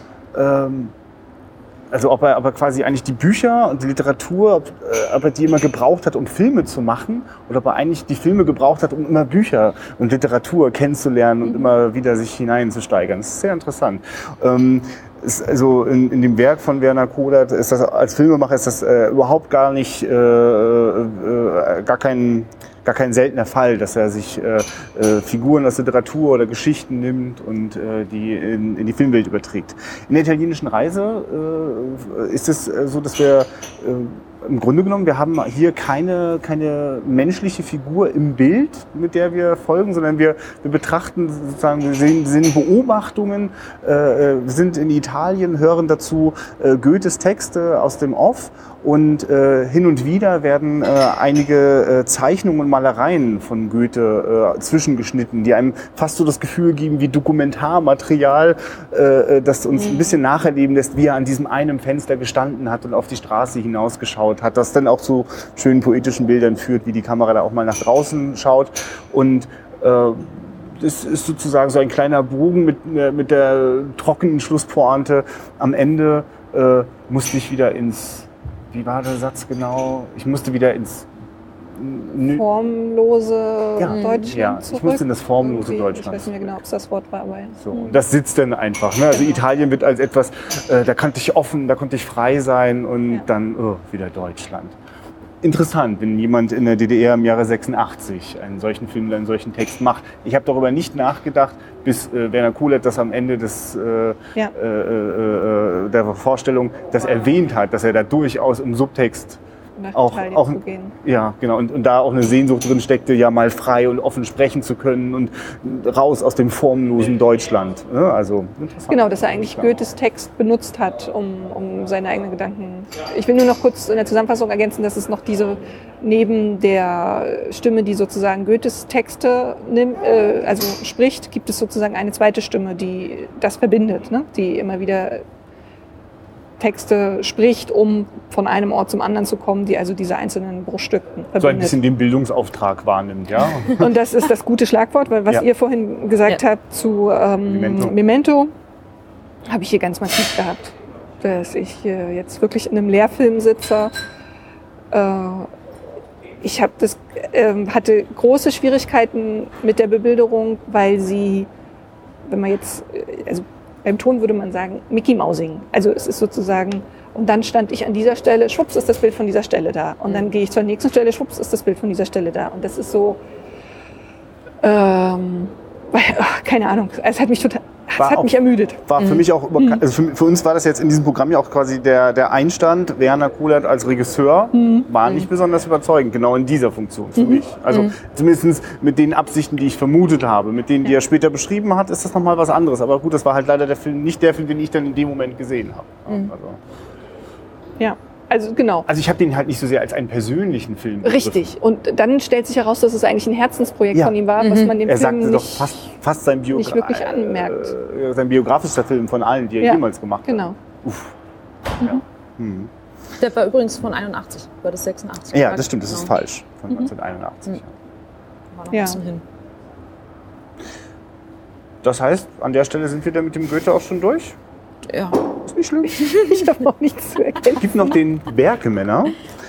A: also ob er quasi eigentlich die Bücher und die Literatur, ob er die immer gebraucht hat, um Filme zu machen, oder ob er eigentlich die Filme gebraucht hat, um immer Bücher und Literatur kennenzulernen und immer wieder sich hineinzusteigern. Das ist sehr interessant. Also in dem Werk von Werner Kuhlert ist das als Filmemacher ist das überhaupt gar nicht gar kein seltener Fall, dass er sich Figuren aus Literatur oder Geschichten nimmt und die in die Filmwelt überträgt. In der italienischen Reise ist es so, dass wir im Grunde genommen, wir haben hier keine menschliche Figur im Bild, mit der wir folgen, sondern wir betrachten sozusagen, wir sehen Beobachtungen, wir sind in Italien, hören dazu Goethes Texte aus dem Off und hin und wieder werden einige Zeichnungen und Malereien von Goethe zwischengeschnitten, die einem fast so das Gefühl geben wie Dokumentarmaterial, das uns ein bisschen nacherleben lässt, wie er an diesem einen Fenster gestanden hat und auf die Straße hinausgeschaut hat, das dann auch zu schönen poetischen Bildern führt, wie die Kamera da auch mal nach draußen schaut. Und das ist sozusagen so ein kleiner Bogen mit der trockenen Schlusspointe. Am Ende musste ich wieder wie war der Satz genau? Ich musste wieder ins
B: formlose Deutschland zurück.
A: Ich musste in das formlose Deutschland.
B: Ich weiß nicht mehr genau, ob es das Wort war, aber
A: so, und das sitzt dann einfach. Ne? Also Italien wird als etwas, da konnte ich offen, da konnte ich frei sein und dann wieder Deutschland. Interessant, wenn jemand in der DDR im Jahre 86 einen solchen Film, einen solchen Text macht. Ich habe darüber nicht nachgedacht, bis Werner Kuhlert das am Ende der Vorstellung das erwähnt hat, dass er da durchaus im Subtext auch zu gehen. Ja, genau. Und da auch eine Sehnsucht drin steckte, ja mal frei und offen sprechen zu können und raus aus dem formlosen Deutschland. Also interessant.
B: Genau, dass er eigentlich Goethes Text benutzt hat, um seine eigenen Gedanken. Ich will nur noch kurz in der Zusammenfassung ergänzen, dass es noch diese, neben der Stimme, die sozusagen Goethes Texte spricht, gibt es sozusagen eine zweite Stimme, die das verbindet, ne? Die immer wieder Texte spricht, um von einem Ort zum anderen zu kommen, die also diese einzelnen Bruchstücken verbindet.
A: So ein bisschen den Bildungsauftrag wahrnimmt, ja.
B: Und das ist das gute Schlagwort, weil was ihr vorhin gesagt habt zu Memento, habe ich hier ganz massiv gehabt. Dass ich jetzt wirklich in einem Lehrfilm sitze. Ich hatte große Schwierigkeiten mit der Bebilderung, weil sie, wenn man jetzt, also beim Ton würde man sagen, Mickey Mousing. Also es ist sozusagen, und dann stand ich an dieser Stelle, schwupps ist das Bild von dieser Stelle da. Und dann gehe ich zur nächsten Stelle, schwupps ist das Bild von dieser Stelle da. Und das ist so, keine Ahnung, es hat mich total, es hat mich ermüdet.
A: War für mich auch, also für uns war das jetzt in diesem Programm ja auch quasi der Einstand. Werner Kuhlert als Regisseur war nicht besonders überzeugend, genau in dieser Funktion für mich. Also zumindest mit den Absichten, die ich vermutet habe, mit denen, die er später beschrieben hat, ist das nochmal was anderes. Aber gut, das war halt leider nicht der Film, den ich dann in dem Moment gesehen habe.
B: Ja. Also genau.
A: Also ich habe den halt nicht so sehr als einen persönlichen Film begriffen.
B: Richtig. Und dann stellt sich heraus, dass es eigentlich ein Herzensprojekt von ihm war, was man dem Film nicht wirklich anmerkt.
A: Sein biografischer Film von allen, die er jemals gemacht hat.
B: Genau.
C: Der war übrigens von 81, war das 86.
A: Ja, das stimmt, das ist falsch. Von 1981.
C: War noch ein bisschen hin.
A: Das heißt, an der Stelle sind wir dann mit dem Goethe auch schon durch?
C: Ja.
A: Ist nicht schlimm.
B: Ich habe noch nichts zu erkennen.
A: Es gibt noch den Berkemänner.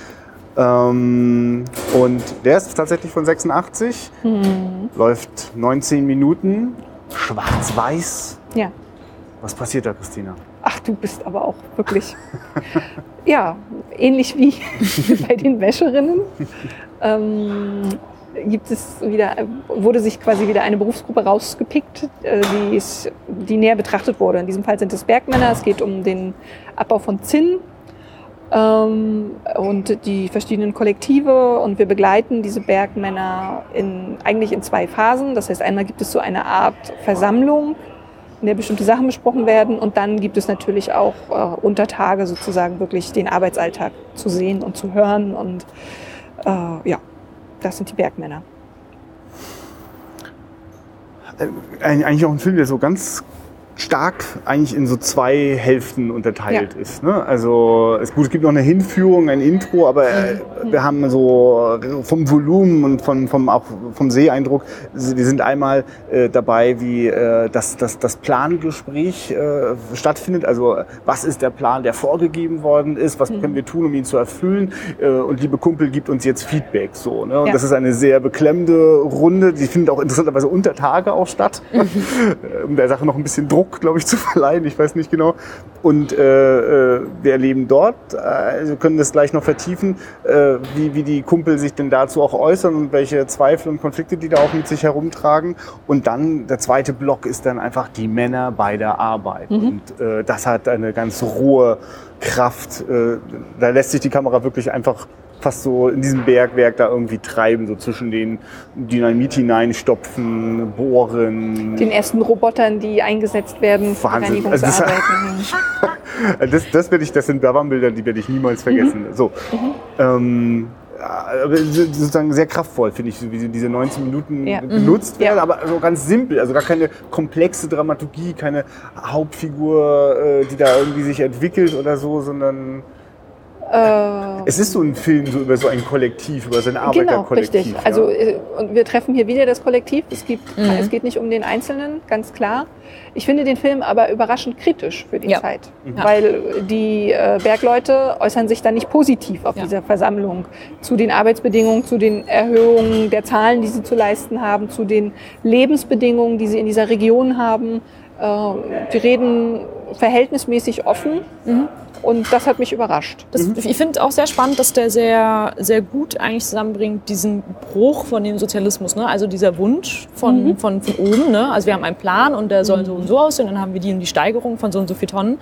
A: Und der ist tatsächlich von 86. Läuft 19 Minuten. Schwarz-Weiß.
B: Ja.
A: Was passiert da, Christina?
B: Ach, du bist aber auch wirklich... ja, ähnlich wie bei den Wäscherinnen. Wurde sich quasi wieder eine Berufsgruppe rausgepickt, die näher betrachtet wurde. In diesem Fall sind es Bergmänner. Es geht um den Abbau von Zinn. und die verschiedenen Kollektive, und wir begleiten diese Bergmänner eigentlich in 2 Phasen. Das heißt, einmal gibt es so eine Art Versammlung, in der bestimmte Sachen besprochen werden, und dann gibt es natürlich auch unter Tage sozusagen wirklich den Arbeitsalltag zu sehen und zu hören, und das sind die Bergmänner.
A: Eigentlich auch ein Film, der so ganz stark eigentlich in so 2 Hälften unterteilt ist. Ne? Also es gibt noch eine Hinführung, ein Intro, aber wir haben so vom Volumen und auch vom Seheindruck, die sind einmal dabei, wie das Plangespräch stattfindet. Also was ist der Plan, der vorgegeben worden ist, was können wir tun, um ihn zu erfüllen, und liebe Kumpel, gibt uns jetzt Feedback. So, ne? Und das ist eine sehr beklemmende Runde, die findet auch interessanterweise unter Tage auch statt, um der Sache noch ein bisschen Druck, glaube ich, zu verleihen. Ich weiß nicht genau. Und wir erleben dort, also können das gleich noch vertiefen, wie die Kumpel sich denn dazu auch äußern und welche Zweifel und Konflikte die da auch mit sich herumtragen. Und dann der zweite Block ist dann einfach die Männer bei der Arbeit. Und das hat eine ganz rohe Kraft. Da lässt sich die Kamera wirklich einfach fast so in diesem Bergwerk da irgendwie treiben, so zwischen den Dynamit hineinstopfen, bohren. Den
B: ersten Robotern, die eingesetzt werden für Reinigungsarbeiten.
A: Das sind Bildern, die werde ich niemals vergessen. So. Aber sozusagen sehr kraftvoll, finde ich, wie diese 19 Minuten genutzt werden, aber so ganz simpel, also gar keine komplexe Dramaturgie, keine Hauptfigur, die da irgendwie sich entwickelt oder so, sondern es ist so ein Film so über so ein Kollektiv, über so ein Arbeiterkollektiv.
B: Genau, richtig. Ja. Also und wir treffen hier wieder das Kollektiv. Es geht nicht um den Einzelnen, ganz klar. Ich finde den Film aber überraschend kritisch für die Zeit, weil die Bergleute äußern sich dann nicht positiv auf dieser Versammlung zu den Arbeitsbedingungen, zu den Erhöhungen der Zahlen, die sie zu leisten haben, zu den Lebensbedingungen, die sie in dieser Region haben. Wir reden verhältnismäßig offen. Und das hat mich überrascht.
C: Ich finde auch sehr spannend, dass der sehr, sehr gut eigentlich zusammenbringt, diesen Bruch von dem Sozialismus. Ne? Also dieser Wunsch von oben. Ne? Also wir haben einen Plan und der soll so und so aussehen. Dann haben wir die Steigerung von so und so viel Tonnen.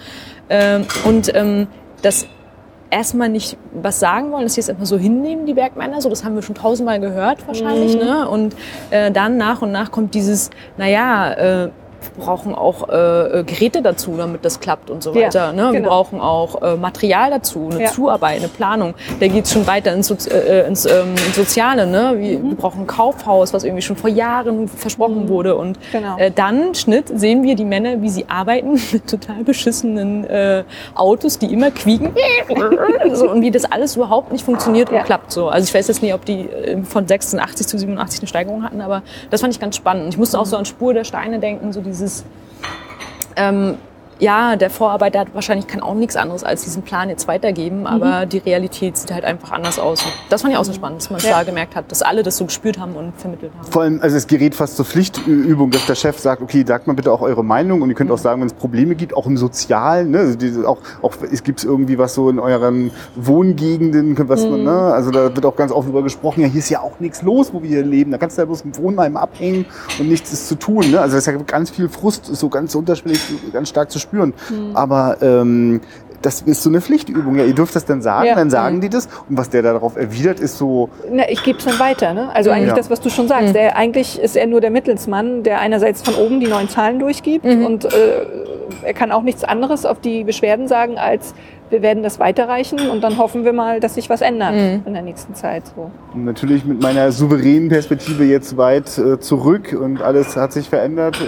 C: Das erstmal nicht was sagen wollen, dass sie es einfach so hinnehmen, die Bergmänner. So, das haben wir schon 1000-mal gehört wahrscheinlich. Ne? Und dann nach und nach kommt dieses, wir brauchen auch Geräte dazu, damit das klappt und so weiter. Ne? Wir brauchen auch Material dazu, eine Zuarbeit, eine Planung. Da geht es schon weiter ins Soziale. Ne? Wir brauchen ein Kaufhaus, was irgendwie schon vor Jahren versprochen wurde. Und dann, Schnitt, sehen wir die Männer, wie sie arbeiten mit total beschissenen Autos, die immer quieken. So, und wie das alles überhaupt nicht funktioniert und klappt. So. Also ich weiß jetzt nicht, ob die von 86 zu 87 eine Steigerung hatten, aber das fand ich ganz spannend. Ich musste auch so an Spur der Steine denken, so dieses, der Vorarbeiter hat wahrscheinlich kann auch nichts anderes als diesen Plan jetzt weitergeben, aber die Realität sieht halt einfach anders aus. Und das fand ich auch so spannend, dass man da gemerkt hat, dass alle das so gespürt haben und vermittelt haben.
A: Vor allem, also es gerät fast zur Pflichtübung, dass der Chef sagt, okay, sagt mal bitte auch eure Meinung, und ihr könnt auch sagen, wenn es Probleme gibt, auch im Sozialen, ne? Also auch es gibt irgendwie was so in euren Wohngegenden, was man, ne? Also da wird auch ganz oft drüber gesprochen, ja, hier ist ja auch nichts los, wo wir hier leben, da kannst du ja bloß im Wohnheim abhängen und nichts ist zu tun, ne? Also es ist ja ganz viel Frust, so ganz unterschwellig, ganz stark zu spüren. Aber das ist so eine Pflichtübung. Ja, ihr dürft das dann sagen, dann sagen die das. Und was der darauf erwidert, ist so...
B: Ich gebe es dann weiter. Ne? Also eigentlich das, was du schon sagst. Eigentlich ist er nur der Mittelsmann, der einerseits von oben die neuen Zahlen durchgibt. Und er kann auch nichts anderes auf die Beschwerden sagen, als wir werden das weiterreichen und dann hoffen wir mal, dass sich was ändert in der nächsten Zeit. So.
A: Und natürlich mit meiner souveränen Perspektive jetzt weit zurück und alles hat sich verändert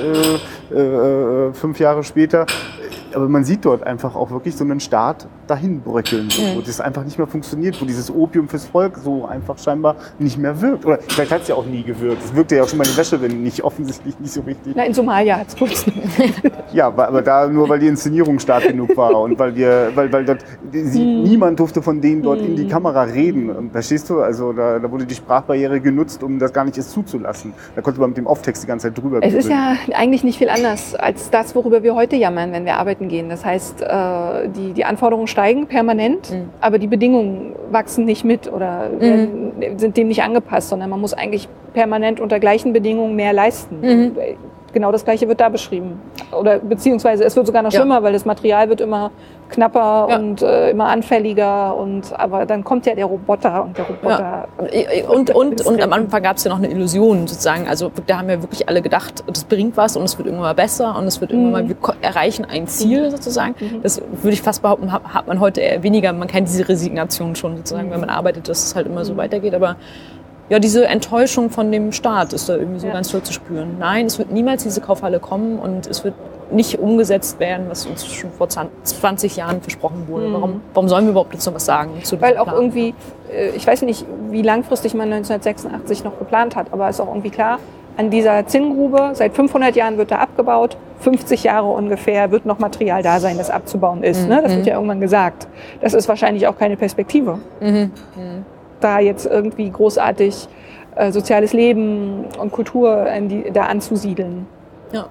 A: 5 Jahre später. Aber man sieht dort einfach auch wirklich so einen Staat dahin bröckeln, wo das einfach nicht mehr funktioniert, wo dieses Opium fürs Volk so einfach scheinbar nicht mehr wirkt. Oder vielleicht hat es ja auch nie gewirkt. Es wirkte ja auch schon mal in Wäsche, wenn nicht offensichtlich nicht so richtig.
B: Na, in Somalia hat es kurz.
A: Ja, aber da nur, weil die Inszenierung stark genug war und weil dort niemand durfte von denen dort in die Kamera reden. Verstehst du? Also da wurde die Sprachbarriere genutzt, um das gar nicht erst zuzulassen. Da konnte man mit dem Off-Text die ganze Zeit drüber
B: Es ist ja eigentlich nicht viel anders als das, worüber wir heute jammern, wenn wir arbeiten gehen. Das heißt, die Anforderungen steigen permanent, aber die Bedingungen wachsen nicht mit oder sind dem nicht angepasst, sondern man muss eigentlich permanent unter gleichen Bedingungen mehr leisten. genau das Gleiche wird da beschrieben. Oder beziehungsweise es wird sogar noch schlimmer, weil das Material wird immer knapper und immer anfälliger. Aber dann kommt ja der Roboter und der Roboter...
C: Und am Anfang gab es ja noch eine Illusion sozusagen. Also da haben ja wirklich alle gedacht, das bringt was und es wird irgendwann mal besser und es wird irgendwann mal, wir erreichen ein Ziel sozusagen. Das würde ich fast behaupten, hat man heute eher weniger. Man kennt diese Resignation schon sozusagen, wenn man arbeitet, dass es halt immer so weitergeht. Aber ja, diese Enttäuschung von dem Staat ist da irgendwie so ganz toll zu spüren. Nein, es wird niemals diese Kaufhalle kommen und es wird nicht umgesetzt werden, was uns schon vor 20 Jahren versprochen wurde. Warum sollen wir überhaupt jetzt noch was sagen?
B: Weil auch irgendwie, ich weiß nicht, wie langfristig man 1986 noch geplant hat, aber es ist auch irgendwie klar, an dieser Zinngrube, seit 500 Jahren wird da abgebaut, 50 Jahre ungefähr wird noch Material da sein, das abzubauen ist. Ne? Das wird ja irgendwann gesagt. Das ist wahrscheinlich auch keine Perspektive. Da jetzt irgendwie großartig soziales Leben und Kultur da anzusiedeln.
C: Ja.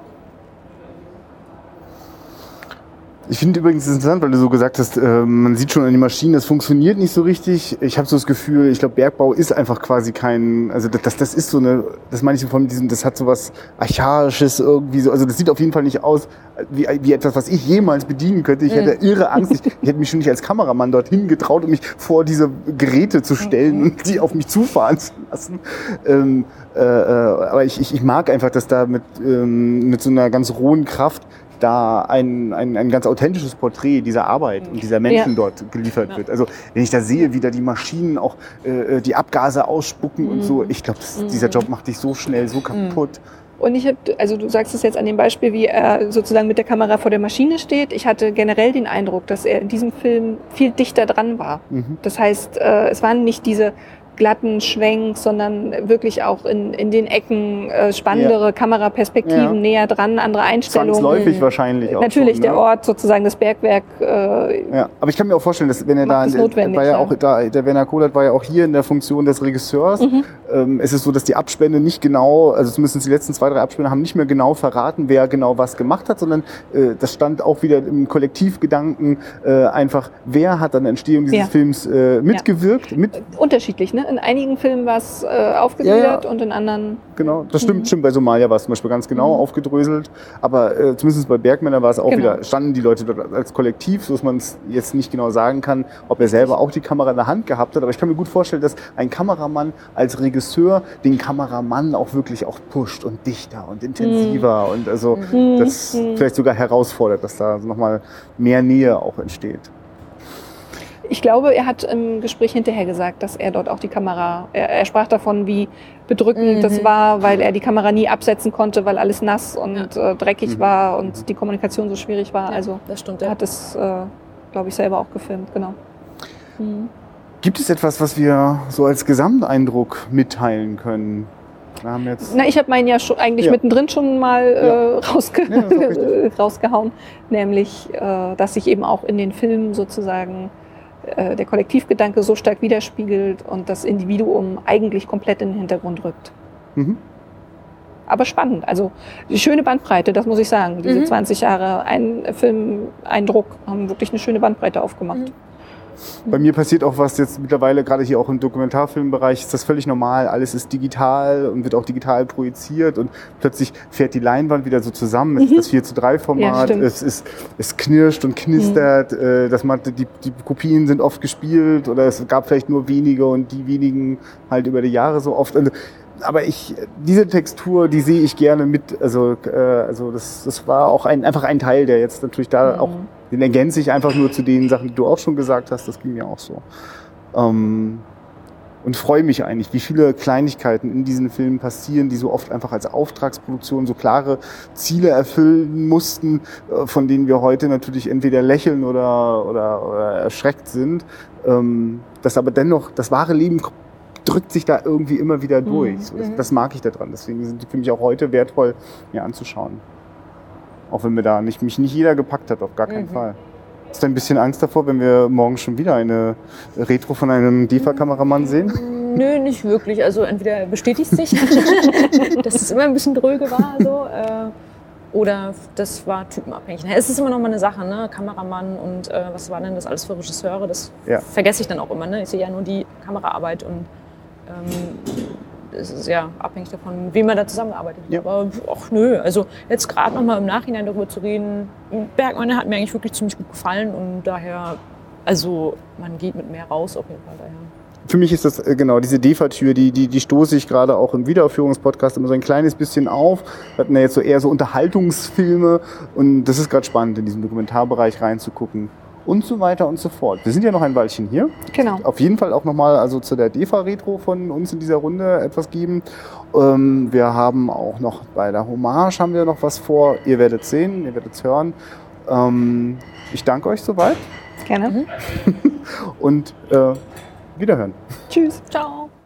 A: Ich finde übrigens interessant, weil du so gesagt hast, man sieht schon an den Maschinen, das funktioniert nicht so richtig. Ich habe so das Gefühl, ich glaube, Bergbau ist einfach quasi kein, also das ist so eine, das meine ich so von diesem, das hat so was Archaisches irgendwie so, also das sieht auf jeden Fall nicht aus wie etwas, was ich jemals bedienen könnte. Ich hätte irre Angst, ich hätte mich schon nicht als Kameramann dorthin getraut, um mich vor diese Geräte zu stellen und die auf mich zufahren zu lassen. Aber ich mag einfach, dass da mit so einer ganz rohen Kraft da ein ganz authentisches Porträt dieser Arbeit und dieser Menschen dort geliefert wird. Also wenn ich da sehe, wie da die Maschinen auch die Abgase ausspucken und so, ich glaube, dieser Job macht dich so schnell so kaputt.
B: Und also du sagst es jetzt an dem Beispiel, wie er sozusagen mit der Kamera vor der Maschine steht. Ich hatte generell den Eindruck, dass er in diesem Film viel dichter dran war. Das heißt, es waren nicht diese glatten Schwenks, sondern wirklich auch in den Ecken spannendere Kameraperspektiven, näher dran, andere Einstellungen.
A: Zwangsläufig wahrscheinlich auch.
B: Natürlich
A: schon,
B: der Ort, sozusagen das Bergwerk.
A: Ja, aber ich kann mir auch vorstellen, dass wenn er der Werner Kohlert war ja auch hier in der Funktion des Regisseurs. Es ist so, dass die Abspende nicht genau, also zumindest die letzten 2, 3 Abspende haben nicht mehr genau verraten, wer genau was gemacht hat, sondern das stand auch wieder im Kollektivgedanken einfach, wer hat an der Entstehung dieses Films mitgewirkt.
B: Unterschiedlich, ne? In einigen Filmen war es aufgegliedert und in anderen...
A: Genau, das stimmt. Bei Somalia war es zum Beispiel ganz genau aufgedröselt. Aber zumindest bei Bergmänner war es auch wieder, standen die Leute dort als Kollektiv, so dass man es jetzt nicht genau sagen kann, ob er selber auch die Kamera in der Hand gehabt hat. Aber ich kann mir gut vorstellen, dass ein Kameramann als Regisseur den Kameramann auch wirklich auch pusht und dichter und intensiver und also das vielleicht sogar herausfordert, dass da nochmal mehr Nähe auch entsteht.
B: Ich glaube, er hat im Gespräch hinterher gesagt, dass er dort auch die Kamera, er sprach davon, wie bedrückend das war, weil er die Kamera nie absetzen konnte, weil alles nass und dreckig war und die Kommunikation so schwierig war. Also
C: das stimmt,
B: er hat das, glaube ich, selber auch gefilmt, genau.
A: Gibt es etwas, was wir so als Gesamteindruck mitteilen können? Wir haben jetzt
B: ich habe meinen ja schon eigentlich mittendrin schon mal rausgehauen, nämlich, dass sich eben auch in den Filmen sozusagen der Kollektivgedanke so stark widerspiegelt und das Individuum eigentlich komplett in den Hintergrund rückt. Aber spannend, also die schöne Bandbreite, das muss ich sagen. Diese 20 Jahre Filmeindruck haben wirklich eine schöne Bandbreite aufgemacht.
A: Bei mir passiert auch was jetzt mittlerweile, gerade hier auch im Dokumentarfilmbereich, ist das völlig normal. Alles ist digital und wird auch digital projiziert und plötzlich fährt die Leinwand wieder so zusammen. Es ist das 4:3-Format, es knirscht und knistert, die Kopien sind oft gespielt oder es gab vielleicht nur wenige und die wenigen halt über die Jahre so oft. Aber diese Textur, die sehe ich gerne mit. Also das war auch einfach ein Teil, der jetzt natürlich da auch, den ergänze ich einfach nur zu den Sachen, die du auch schon gesagt hast. Das ging mir auch so. Und freue mich eigentlich, wie viele Kleinigkeiten in diesen Filmen passieren, die so oft einfach als Auftragsproduktion so klare Ziele erfüllen mussten, von denen wir heute natürlich entweder lächeln oder erschreckt sind. Das aber dennoch, das wahre Leben drückt sich da irgendwie immer wieder durch. So, das mag ich daran. Deswegen sind die für mich auch heute wertvoll, mir anzuschauen. Auch wenn mich nicht jeder gepackt hat, auf gar keinen Fall. Hast du ein bisschen Angst davor, wenn wir morgen schon wieder eine Retro von einem DEFA-Kameramann sehen?
C: Nö, nicht wirklich. Also entweder bestätigt sich, dass es immer ein bisschen dröge war, so, oder das war typenabhängig. Es ist immer noch mal eine Sache, ne? Kameramann und was war denn das alles für Regisseure? Das vergesse ich dann auch immer. Ne? Ich sehe ja nur die Kameraarbeit und es ist ja abhängig davon, wie man da zusammengearbeitet hat.
A: Ja.
C: Aber ach nö, also jetzt gerade nochmal im Nachhinein darüber zu reden, Bergman hat mir eigentlich wirklich ziemlich gut gefallen und daher, also man geht mit mehr raus auf jeden Fall daher.
D: Für mich ist das genau diese DEFA-Tür, die stoße ich gerade auch im Wiederaufführungspodcast immer so ein kleines bisschen auf. Wir hatten ja jetzt so eher so Unterhaltungsfilme und das ist gerade spannend, in diesen Dokumentarbereich reinzugucken und so weiter und so fort. Wir sind ja noch ein Weilchen hier.
B: Genau.
D: Auf jeden Fall auch nochmal also zu der DEFA-Retro von uns in dieser Runde etwas geben. Wir haben auch noch bei der Hommage haben wir noch was vor. Ihr werdet sehen, ihr werdet es hören. Ich danke euch soweit
B: Gerne.
D: und wiederhören.
B: Tschüss.
C: Ciao.